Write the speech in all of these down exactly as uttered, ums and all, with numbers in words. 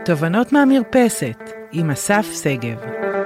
תובנות מהמרפסת עם אסף סגב.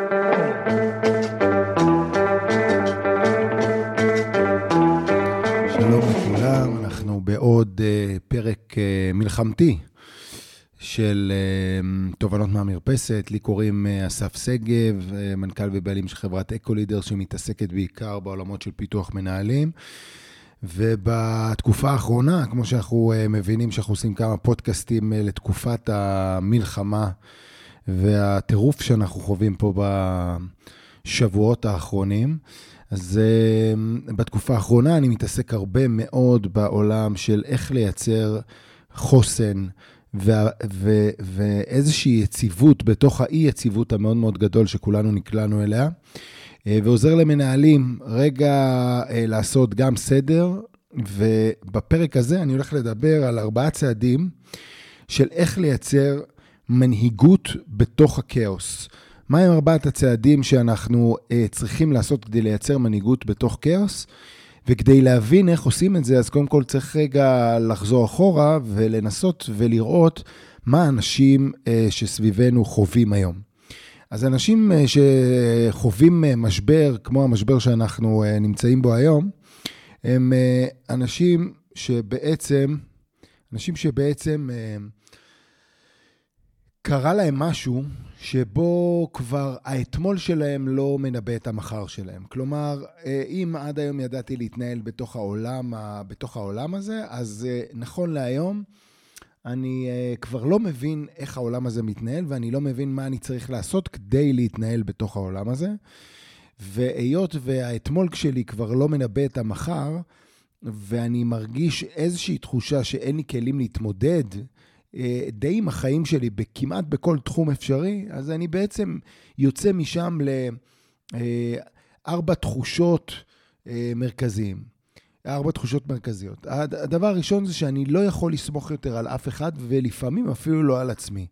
שלום לכולם, אנחנו בעוד uh, פרק uh, מלחמתי של uh, תובנות מהמרפסת. לי קוראים uh, אסף סגב, uh, מנכ"ל ובעלים של חברת אקולידר שמתעסקת בעיקר בעולמות של פיתוח מנהלים. ובתקופה האחרונה, כמו שאנחנו uh, מבינים שאנחנו עושים כמה פודקאסטים uh, לתקופת המלחמה והטירוף שאנחנו חווים פה בשבועות האחרונים, אז uh, בתקופה האחרונה אני מתעסק הרבה מאוד בעולם של איך לייצר חוסן ו- ו- ואיזושהי יציבות בתוך האי יציבות המאוד מאוד גדול שכולנו נקלענו אליה, ועוזר למנהלים רגע לעשות גם סדר. ובפרק הזה אני הולך לדבר על ארבעה צעדים של איך לייצר מנהיגות בתוך הכאוס. מה הם ארבעת הצעדים שאנחנו צריכים לעשות כדי לייצר מנהיגות בתוך כאוס? וכדי להבין איך עושים את זה, אז קודם כל צריך רגע לחזור אחורה ולנסות ולראות מה האנשים שסביבנו חווים היום. אז אנשים שחווים משבר, כמו המשבר שאנחנו נמצאים בו היום, הם אנשים שבעצם, אנשים שבעצם קרה להם משהו שבו כבר האתמול שלהם לא מנבא את המחר שלהם. כלומר, אם עד היום ידעתי להתנהל בתוך העולם, בתוך העולם הזה, אז נכון להיום, אני uh, כבר לא מבין איך העולם הזה מתנהל, ואני לא מבין מה אני צריך לעשות כדי להתנהל בתוך העולם הזה. והיות והאתמול שלי כבר לא מנבא את המחר, ואני מרגיש איזושהי תחושה שאין לי כלים להתמודד uh, די עם החיים שלי בכמעט בכל תחום אפשרי, אז אני בעצם יוצא משם לארבע תחושות uh, מרכזיים. ארבע תחושות מרכזיות. הדבר הראשון זה שאני לא יכול לסמוך יותר על אף אחד, ולפעמים אפילו לא על עצמי.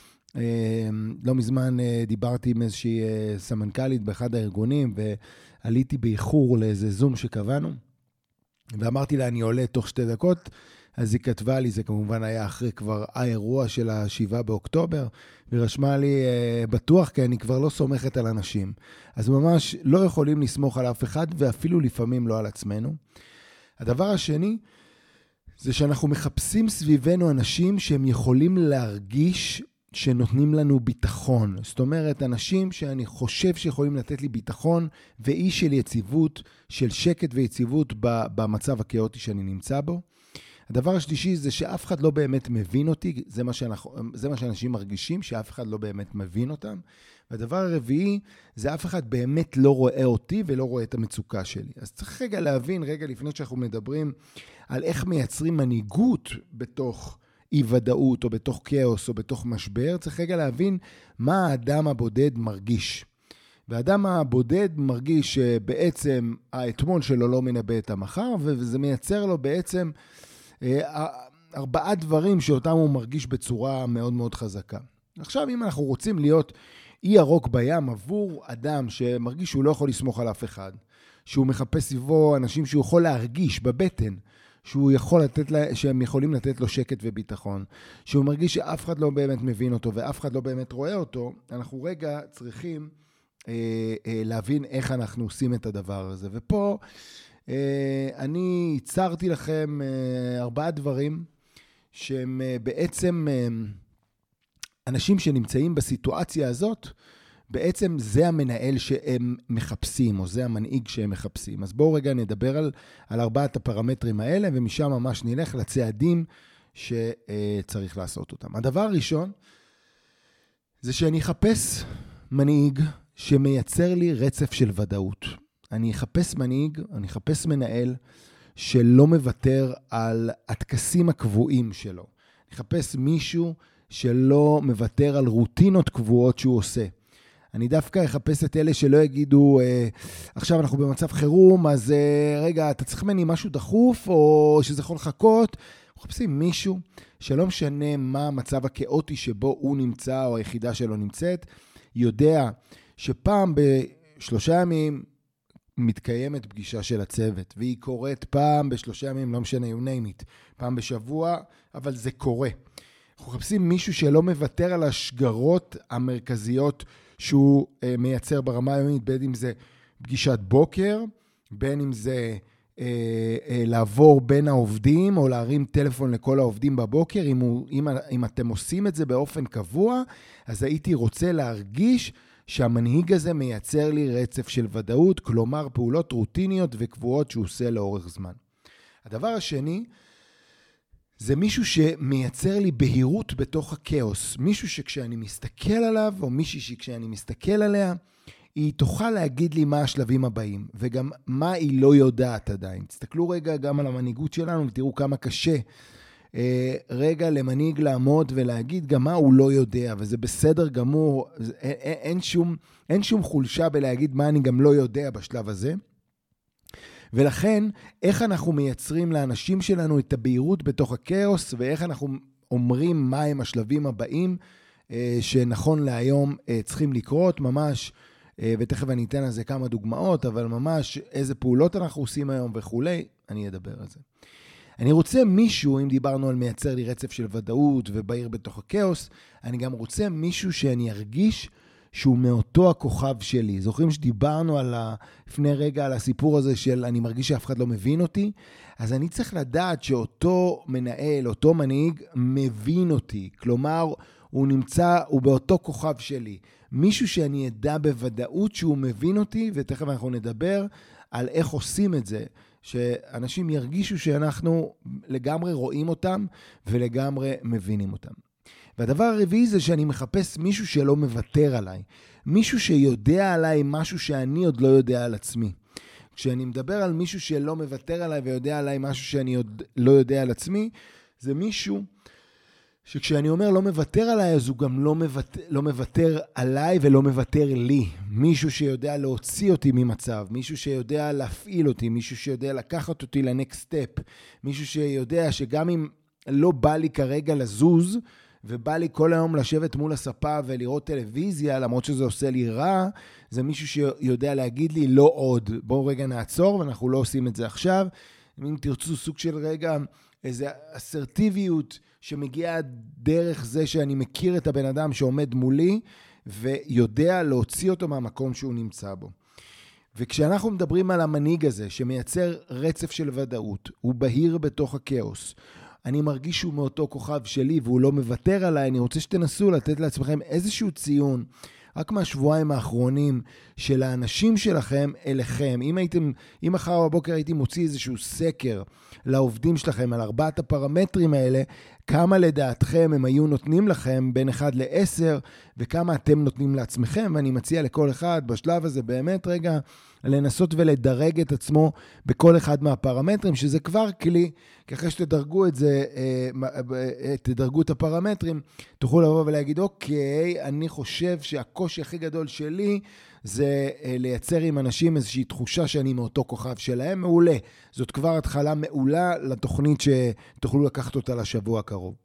לא מזמן דיברתי עם איזושהי סמנכ"לית באחד הארגונים, ועליתי באיחור לאיזה זום שקבענו, ואמרתי לה, אני עולה תוך שתי דקות, אז היא כתבה לי, זה כמובן היה אחרי כבר האירוע של השבעה באוקטובר, ורשמה לי בטוח, כי אני כבר לא סומכת על אנשים. אז ממש לא יכולים לסמוך על אף אחד, ואפילו לפעמים לא על עצמנו. הדבר השני, זה שאנחנו מחפשים סביבנו אנשים שהם יכולים להרגיש שנותנים לנו ביטחון. זאת אומרת, אנשים שאני חושב שיכולים לתת לי ביטחון, ואי של יציבות, של שקט ויציבות במצב הכאוטי שאני נמצא בו. הדבר השלישי זה שאף אחד לא באמת מבין אותי, זה מה שאנחנו, זה מה שאנשים מרגישים, שאף אחד לא באמת מבין אותם. והדבר הרביעי זה אף אחד באמת לא רואה אותי ולא רואה את המצוקה שלי. אז צריך רגע להבין, רגע לפני שאנחנו מדברים על איך מייצרים מנהיגות בתוך אי-ודאות או בתוך כאוס או בתוך משבר, צריך רגע להבין מה האדם הבודד מרגיש. והאדם הבודד מרגיש שבעצם האתמול שלו לא מנבא את המחר, וזה מייצר לו בעצם ארבעה דברים שאותם הוא מרגיש בצורה מאוד מאוד חזקה. עכשיו, אם אנחנו רוצים להיות אי ירוק בים עבור אדם שמרגיש שהוא לא יכול לסמוך על אף אחד, שהוא מחפש סביבו אנשים שהוא יכול להרגיש בבטן, שהוא יכול לתת לה, שהם יכולים לתת לו שקט וביטחון, שהוא מרגיש שאף אחד לא באמת מבין אותו ואף אחד לא באמת רואה אותו, אנחנו רגע צריכים אה, אה, להבין איך אנחנו עושים את הדבר הזה. ופה אה, אני ייצרתי לכם אה, ארבעה דברים שהם אה, בעצם אה, אנשים שנמצאים בסיטואציה הזאת, בעצם זה המנהל שהם מחפשים, או זה המנהיג שהם מחפשים. אז בואו רגע נדבר על, על ארבעת הפרמטרים האלה, ומשם ממש נלך לצעדים שצריך לעשות אותם. הדבר הראשון, זה שאני אחפש מנהיג שמייצר לי רצף של ודאות. אני אחפש מנהיג, אני אחפש מנהל שלא מוותר על הטקסים הקבועים שלו. אני אחפש מישהו שלא מוותר על רוטינות קבועות שהוא עושה. אני דווקא אחפש את אלה שלא יגידו, עכשיו אנחנו במצב חירום, אז רגע, אתה צריך ממני משהו דחוף, או שזה יכול לחכות. מחפשים מישהו שלא משנה מה המצב הכאוטי שבו הוא נמצא, או היחידה שלו נמצאת, יודע שפעם בשלושה ימים מתקיימת פגישה של הצוות, והיא קורית פעם בשלושה ימים, לא משנה, you name it, פעם בשבוע, אבל זה קורה. אנחנו מחפשים מישהו שלא מוותר על השגרות המרכזיות שהוא אה, מייצר ברמה היומית, בין אם זה פגישת בוקר, בין אם זה אה, אה, לעבור בין העובדים, או להרים טלפון לכל העובדים בבוקר. אם, הוא, אם, אם אתם עושים את זה באופן קבוע, אז הייתי רוצה להרגיש שהמנהיג הזה מייצר לי רצף של ודאות, כלומר פעולות רוטיניות וקבועות שהוא עושה לאורך זמן. הדבר השני, זה מישהו שמייצר לי בהירות בתוך הכאוס. מישהו שכשאני מסתכל עליו, או מישהי שכשאני מסתכל עליה, היא תוכל להגיד לי מה השלבים הבאים, וגם מה היא לא יודעת עדיין. תסתכלו רגע גם על המנהיגות שלנו, ותראו כמה קשה אה, רגע למנהיג לעמוד ולהגיד גם מה הוא לא יודע, וזה בסדר גמור, אין, אין, שום, אין שום חולשה בלהגיד מה אני גם לא יודע בשלב הזה. ולכן, איך אנחנו מייצרים לאנשים שלנו את הבהירות בתוך הכאוס, ואיך אנחנו אומרים מה הם השלבים הבאים, אה, שנכון להיום אה, צריכים לקרות ממש, אה, ותכף אני אתן על זה כמה דוגמאות, אבל ממש איזה פעולות אנחנו עושים היום וכולי, אני אדבר על זה. אני רוצה מישהו, אם דיברנו על מייצר לי רצף של ודאות ובהיר בתוך הכאוס, אני גם רוצה מישהו שאני ארגיש שהוא מאותו הכוכב שלי. זוכרים שדיברנו על ה... לפני רגע על הסיפור הזה של אני מרגיש שאף אחד לא מבין אותי? אז אני צריך לדעת שאותו מנהל, אותו מנהיג, מבין אותי. כלומר, הוא נמצא, הוא באותו כוכב שלי. מישהו שאני אדע בוודאות שהוא מבין אותי, ותכף אנחנו נדבר על איך עושים את זה. שאנשים ירגישו שאנחנו לגמרי רואים אותם ולגמרי מבינים אותם. והדבר הרביעי זה שאני מחפש מישהו שלא מוותר עליי. מישהו שיודע עליי משהו שאני עוד לא יודע על עצמי. כשאני מדבר על מישהו שלא מוותר עליי ויודע עליי משהו שאני עוד לא יודע על עצמי, זה מישהו שכשאני אומר לא מוותר עליי, אז הוא גם לא מוותר, לא מוותר עליי ולא מוותר לי. מישהו שיודע להוציא אותי ממצב, מישהו שיודע להפעיל אותי, מישהו שיודע לקחת אותי לנקסט סטפ, מישהו שיודע שגם אם לא בא לי כרגע לזוז, ובא לי כל היום לשבת מול הספה ולראות טלוויזיה, למרות שזה עושה לי רע, זה מישהו שיודע להגיד לי לא עוד. בואו רגע נעצור, ואנחנו לא עושים את זה עכשיו. אם תרצו סוג של רגע, איזו אסרטיביות שמגיעה דרך זה שאני מכיר את הבן אדם שעומד מולי, ויודע להוציא אותו מהמקום שהוא נמצא בו. וכשאנחנו מדברים על המנהיג הזה, שמייצר רצף של ודאות, הוא בהיר בתוך הכאוס, אני מרגיש שהוא מאותו כוכב שלי, והוא לא מוותר עליי. אני רוצה שתנסו לתת לעצמכם איזשהו ציון, רק מהשבועיים האחרונים, של האנשים שלכם אליכם. אם הייתם, אם מחר בבוקר הייתי מוציא איזשהו סקר לעובדים שלכם על ארבעת הפרמטרים האלה, כמה לדעתכם הם היו נותנים לכם בין אחד לעשר, וכמה אתם נותנים לעצמכם, ואני מציע לכל אחד בשלב הזה באמת רגע, לנסות ולדרג את עצמו בכל אחד מהפרמטרים, שזה כבר כלי, כי אחרי שתדרגו את זה, תדרגו את הפרמטרים, תוכלו לבוא ולהגיד, אוקיי, אני חושב שהקושי הכי גדול שלי, זה לייצר עם אנשים איזושהי תחושה שאני מאותו כוכב שלהם, מעולה. זאת כבר התחלה מעולה לתוכנית שתוכלו לקחת אותה לשבוע הקרוב.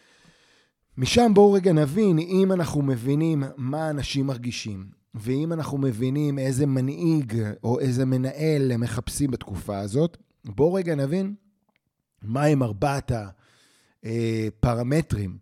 משם בואו רגע נבין, אם אנחנו מבינים מה אנשים מרגישים, ואם אנחנו מבינים איזה מנהיג או איזה מנהל הם מחפשים בתקופה הזאת, בואו רגע נבין מה הם ארבעת הפרמטרים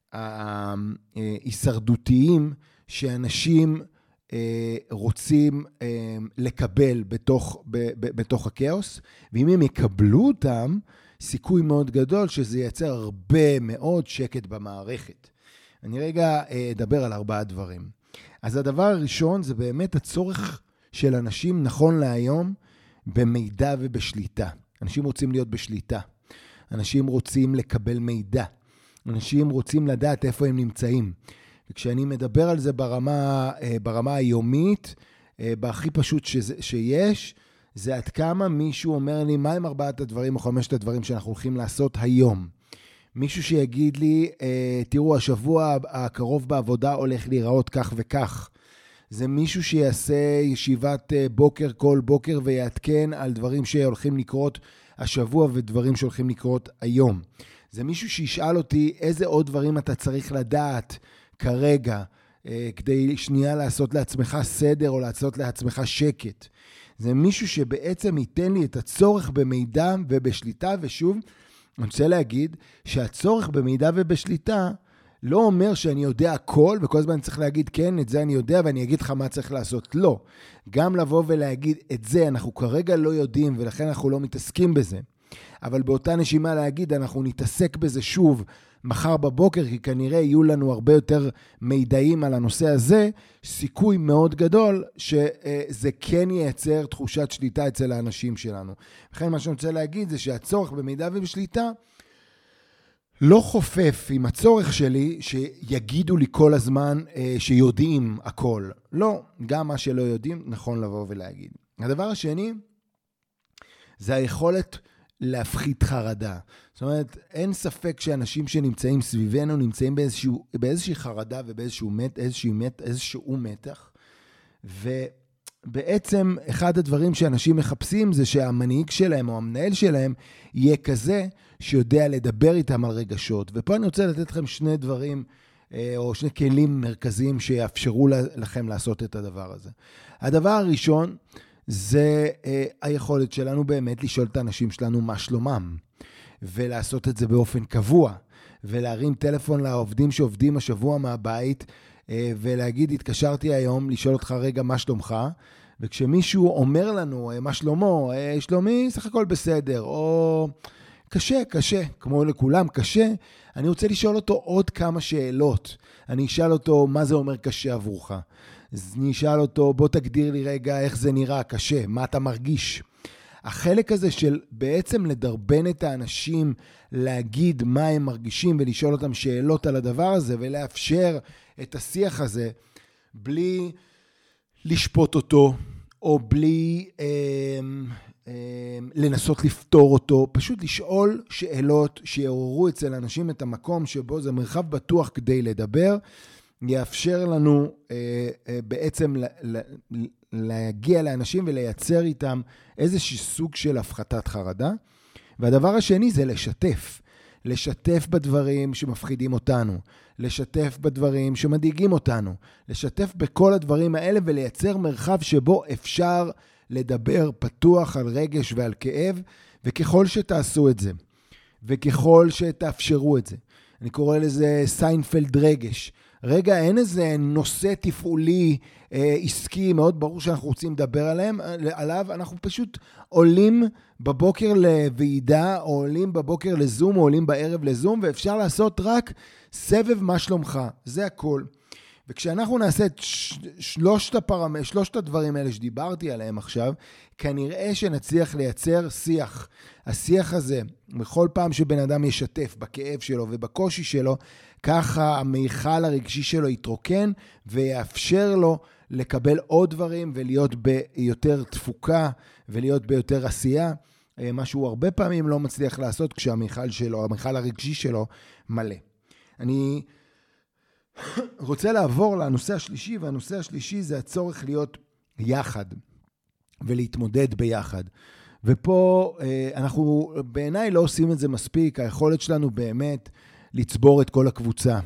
ההישרדותיים שאנשים רוצים לקבל בתוך, בתוך הכאוס, ואם הם יקבלו אותם, סיכוי מאוד גדול שזה ייצר הרבה מאוד שקט במערכת. אני רגע אדבר על ארבעה דברים. אז הדבר הראשון זה באמת הצורך של אנשים נכון להיום במידע ובשליטה. אנשים רוצים להיות בשליטה. אנשים רוצים לקבל מידע. אנשים רוצים לדעת איפה הם נמצאים. וכשאני מדבר על זה ברמה, ברמה היומית, בהכי פשוט שזה, שיש, זה עד כמה מישהו אומר לי, מה הם ארבעת הדברים או חמשת הדברים שאנחנו הולכים לעשות היום. מישהו שיגיד לי, תראו, השבוע הקרוב בעבודה הולך להיראות כך וכך. זה מישהו שיעשה ישיבת בוקר כל בוקר ויעדכן על דברים שהולכים לקרות השבוע ודברים שהולכים לקרות היום. זה מישהו שישאל אותי איזה עוד דברים אתה צריך לדעת כרגע, כדי שנייה לעשות לעצמך סדר או לעשות לעצמך שקט. זה מישהו שבעצם ייתן לי את הצורך במידע ובשליטה, ושוב, אני רוצה להגיד שהצורך במידע ובשליטה לא אומר שאני יודע הכל, וכל הזמן צריך להגיד, כן, את זה אני יודע, ואני אגיד לך מה צריך לעשות. לא. גם לבוא ולהגיד, את זה אנחנו כרגע לא יודעים, ולכן אנחנו לא מתעסקים בזה. אבל באותה נשימה להגיד, אנחנו נתעסק בזה שוב מחר בבוקר, כי כנראה יהיו לנו הרבה יותר מידעים על הנושא הזה, סיכוי מאוד גדול שזה כן ייצר תחושת שליטה אצל האנשים שלנו. לכן מה שאני רוצה להגיד זה שהצורך במידע ובשליטה, לא חופף עם הצורך שלי שיגידו לי כל הזמן אה, שיודעים הכל. לא, גם מה שלא יודעים נכון לבוא ולהגיד. הדבר השני זה היכולת להפחית חרדה. זאת אומרת, אין ספק שאנשים שנמצאים סביבנו נמצאים באיזשהו, באיזושהי חרדה ובאיזשהו מת, איזשהו מת, איזשהו מתח. ובעצם אחד הדברים שאנשים מחפשים זה שהמנהיג שלהם או המנהל שלהם יהיה כזה שיודע לדבר איתם על רגשות. ופה אני רוצה לתת לכם שני דברים או שני כלים מרכזיים שיאפשרו לכם לעשות את הדבר הזה. הדבר הראשון זה היכולת שלנו באמת לשאול את האנשים שלנו מה שלומם, ולעשות את זה באופן קבוע, ולהרים טלפון לעובדים שעובדים השבוע מהבית, ולהגיד, התקשרתי היום לשאול אותך רגע מה שלומך, וכשמישהו אומר לנו מה שלומו, שלומי סך הכל בסדר, או קשה, קשה, כמו לכולם קשה, אני רוצה לשאול אותו עוד כמה שאלות. אני אשאל אותו מה זה אומר קשה עבורך. אז אני אשאל אותו, בוא תגדיר לי רגע איך זה נראה קשה, מה אתה מרגיש. החלק הזה של בעצם לדרבן את האנשים להגיד מה הם מרגישים ולשאול אותם שאלות על הדבר הזה ולאפשר את השיח הזה בלי לשפוט אותו או בלי אה, אה, לנסות לפתור אותו, פשוט לשאול שאלות שיעוררו אצל אנשים את המקום שבו זה מרחב בטוח כדי לדבר, יאפשר לנו אה, אה, בעצם ל, ל, להגיע לאנשים ולייצר איתם איזשהו סוג של הפחתת חרדה. והדבר השני זה לשתף. לשתף בדברים שמפחידים אותנו. לשתף בדברים שמדאיגים אותנו. לשתף בכל הדברים האלה ולייצר מרחב שבו אפשר לדבר פתוח על רגש ועל כאב, וככל שתעשו את זה, וככל שתאפשרו את זה, אני קורא לזה סיינפלד רגש. רגע, אין איזה נושא תפעולי, אה, עסקי, מאוד ברור שאנחנו רוצים לדבר עליהם, עליו, אנחנו פשוט עולים בבוקר לוועידה, או עולים בבוקר לזום, או עולים בערב לזום, ואפשר לעשות רק סבב מה שלומך, זה הכל. וכשאנחנו נעשה את שלושת, הפרמ... שלושת הדברים האלה שדיברתי עליהם עכשיו, כנראה שנצליח לייצר שיח. השיח הזה, בכל פעם שבן אדם ישתף בכאב שלו ובקושי שלו, ככה המיכל הרגשי שלו יתרוקן ויאפשר לו לקבל עוד דברים ולהיות ביותר תפוקה ולהיות ביותר עשייה, מה שהוא הרבה פעמים לא מצליח לעשות כשהמיכל שלו, המיכל הרגשי שלו מלא. אני רוצה לעבור לנושא השלישי, והנושא השלישי זה הצורך להיות יחד ולהתמודד ביחד. ופה אנחנו בעיניי לא עושים את זה מספיק, היכולת שלנו באמת לצבור את כל הקבוצה,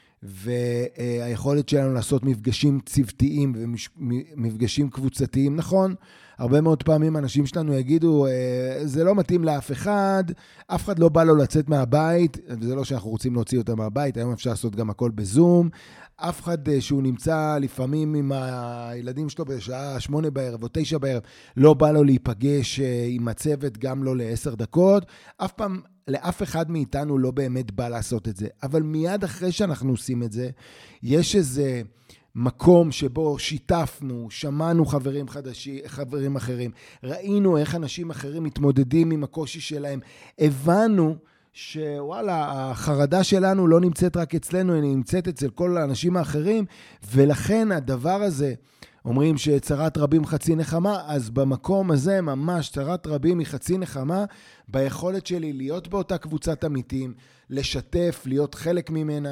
והיכולת שלנו לעשות מפגשים צוותיים ומפגשים קבוצתיים. נכון, הרבה מאוד פעמים אנשים שלנו יגידו, זה לא מתאים לאף אחד, אף אחד לא בא לו לצאת מהבית, וזה לא שאנחנו רוצים להוציא אותם מהבית, היום אפשר לעשות גם הכל בזום, אף אחד שהוא נמצא לפעמים עם הילדים שלו בשעה שמונה בערב או תשע בערב, לא בא לו להיפגש עם הצוות גם לא לעשר דקות, אף פעם לאף אחד מאיתנו לא באמת בא לעשות את זה, אבל מיד אחרי שאנחנו עושים את זה, יש איזה מקום שבו שיתפנו, שמענו חברים חדשים, חברים אחרים, ראינו איך אנשים אחרים מתמודדים עם הקושי שלהם, הבנו שוואלה, החרדה שלנו לא נמצאת רק אצלנו, היא נמצאת אצל כל האנשים האחרים, ולכן הדבר הזה, אומרים שצרת רבים חצי נחמה, אז במקום הזה ממש צרת רבים היא חצי נחמה, ביכולת שלי להיות באותה קבוצת אמיתים, לשתף, להיות חלק ממנה,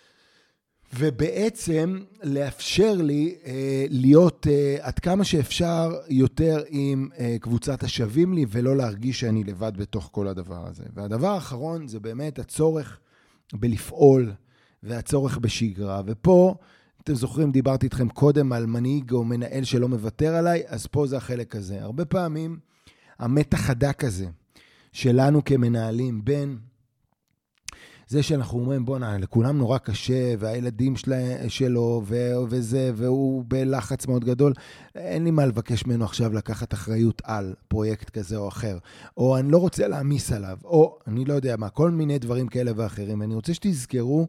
ובעצם לאפשר לי אה, להיות אה, עד כמה שאפשר יותר עם אה, קבוצת השווים לי, ולא להרגיש שאני לבד בתוך כל הדבר הזה. והדבר האחרון זה באמת הצורך בלפעול, והצורך בשגרה. ופה, אתם זוכרים, דיברתי איתכם קודם על מנהיג או מנהל שלא מוותר עליי, אז פה זה החלק הזה. הרבה פעמים המתח הדק הזה שלנו כמנהלים בין, זה שאנחנו אומרים, בוא נע, לכולם נורא קשה, והילדים שלה, שלו, ו- וזה, והוא בלחץ מאוד גדול, אין לי מה לבקש ממנו עכשיו לקחת אחריות על פרויקט כזה או אחר, או אני לא רוצה להמיס עליו, או אני לא יודע מה, כל מיני דברים כאלה ואחרים. אני רוצה שתזכרו,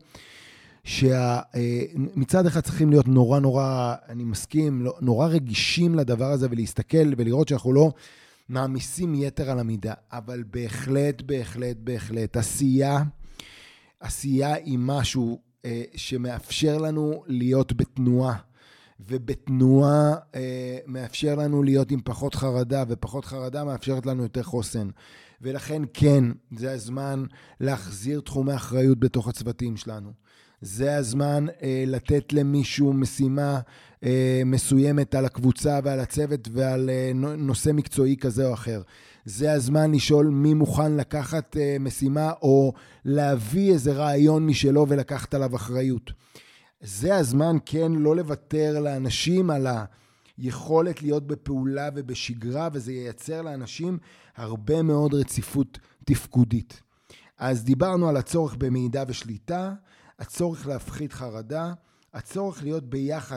שמצד אחד צריכים להיות נורא נורא, אני מסכים, נורא רגישים לדבר הזה, ולהסתכל ולראות שאנחנו לא מעמיסים יתר על המידה, אבל בהחלט, בהחלט, בהחלט, עשייה, עשייה היא משהו אה, שמאפשר לנו להיות בתנועה, ובתנועה אה, מאפשר לנו להיות עם פחות חרדה, ופחות חרדה מאפשרת לנו יותר חוסן. ולכן כן, זה הזמן להחזיר תחומי אחריות בתוך הצוותים שלנו. זה הזמן אה, לתת למישהו משימה אה, מסוימת על הקבוצה ועל הצוות ועל אה, נושא מקצועי כזה או אחר. זה הזמן לשאול מי מוכן לקחת אה, משימה או להביא איזה רעיון משלו ולקחת עליו אחריות. זה הזמן כן לא לוותר לאנשים על היכולת להיות בפעולה ובשגרה, וזה ייצר לאנשים הרבה מאוד רציפות תפקודית. אז דיברנו על הצורך במידע ושליטה, הצורך להפחית חרדה, הצורך להיות ביחד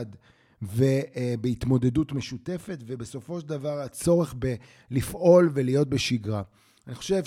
ובהתמודדות משותפת, ובסופו של דבר הצורך בלפעול ולהיות בשגרה. אני חושב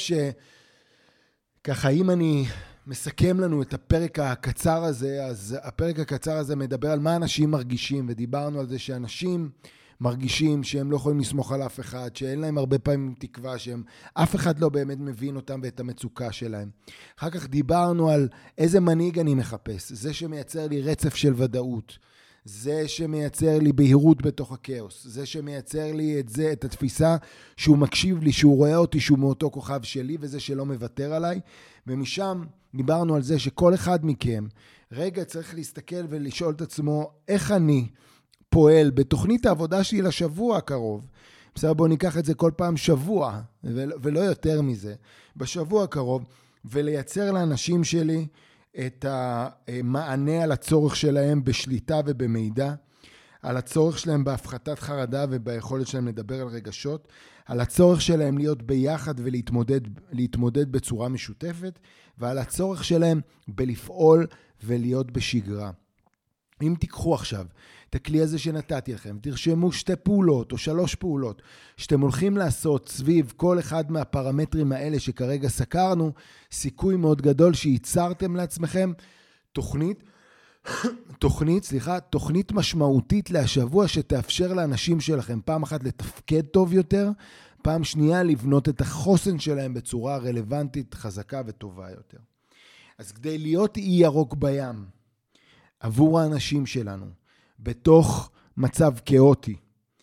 שככה, אם אני מסכם לנו את הפרק הקצר הזה, אז הפרק הקצר הזה מדבר על מה אנשים מרגישים, ודיברנו על זה שאנשים מרגישים שהם לא יכולים לסמוך על אף אחד, שאין להם הרבה פעמים תקווה, שהם, אף אחד לא באמת מבין אותם ואת המצוקה שלהם. אחר כך דיברנו על איזה מנהיג אני מחפש, זה שמייצר לי רצף של ודאות, זה שמייצר לי בהירות בתוך הכאוס, זה שמייצר לי את זה, את התפיסה שהוא מקשיב לי, שהוא רואה אותי, שהוא מאותו כוכב שלי, וזה שלא מוותר עליי. ומשם דיברנו על זה שכל אחד מכם רגע צריך להסתכל ולשאול את עצמו, איך אני פועל בתוכנית העבודה שלי לשבוע הקרוב. בסדר, בואו ניקח את זה כל פעם שבוע, ולא יותר מזה, בשבוע הקרוב, ולייצר לאנשים שלי את המענה על הצורך שלהם בשליטה ובמידע, על הצורך שלהם בהפחתת חרדה וביכולת שלהם לדבר על רגשות, על הצורך שלהם להיות ביחד ולהתמודד להתמודד בצורה משותפת, ועל הצורך שלהם בלפעול ולהיות בשגרה. אם תיקחו עכשיו את הכלי הזה שנתתי לכם, תרשמו שתי פעולות או שלוש פעולות שאתם הולכים לעשות סביב כל אחד מהפרמטרים האלה שכרגע סקרנו, סיכוי מאוד גדול שייצרתם לעצמכם תוכנית, תוכנית, סליחה, תוכנית משמעותית להשבוע שתאפשר לאנשים שלכם פעם אחת לתפקד טוב יותר, פעם שנייה לבנות את החוסן שלהם בצורה רלוונטית, חזקה וטובה יותר. אז כדי להיות אי ירוק בים, עבור האנשים שלנו, בתוך מצב כאוטי,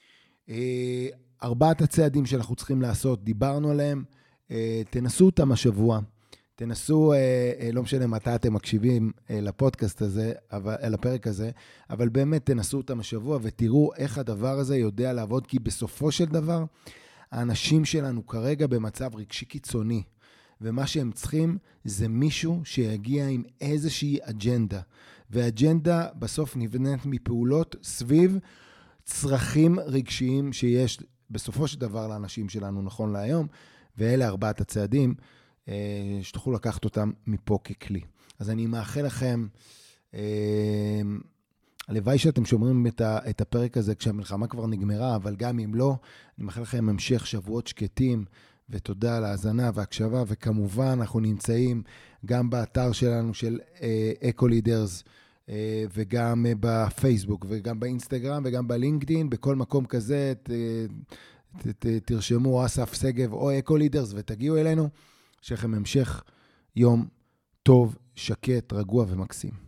ארבעת הצעדים שאנחנו צריכים לעשות, דיברנו עליהם, תנסו אותם השבוע, תנסו, לא משנה מתי אתם מקשיבים לפודקאסט הזה, לפרק הזה, אבל באמת תנסו אותם השבוע ותראו איך הדבר הזה יודע לעבוד, כי בסופו של דבר, האנשים שלנו כרגע במצב רגשי קיצוני, ומה שהם צריכים זה מישהו שיגיע עם איזושהי אג'נדה, והאג'נדה בסוף נבנית מפעולות סביב צרכים רגשיים שיש בסופו של דבר לאנשים שלנו נכון להיום, ואלה ארבעת הצעדים שתוכלו לקחת אותם מפה ככלי. אז אני מאחל לכם, הלוואי שאתם שומרים את הפרק הזה כשהמלחמה כבר נגמרה, אבל גם אם לא, אני מאחל לכם המשך שבועות שקטים, ותודה על ההאזנה וההקשבה, וכמובן אנחנו נמצאים גם באתר שלנו של אקו-לידרס, וגם בפייסבוק, וגם באינסטגרם, וגם בלינקדין, בכל מקום כזה, ת, ת, ת, תרשמו אסף סגב או אקו-לידרס, ותגיעו אלינו, שיהיה לכם המשך יום טוב, שקט, רגוע ומקסים.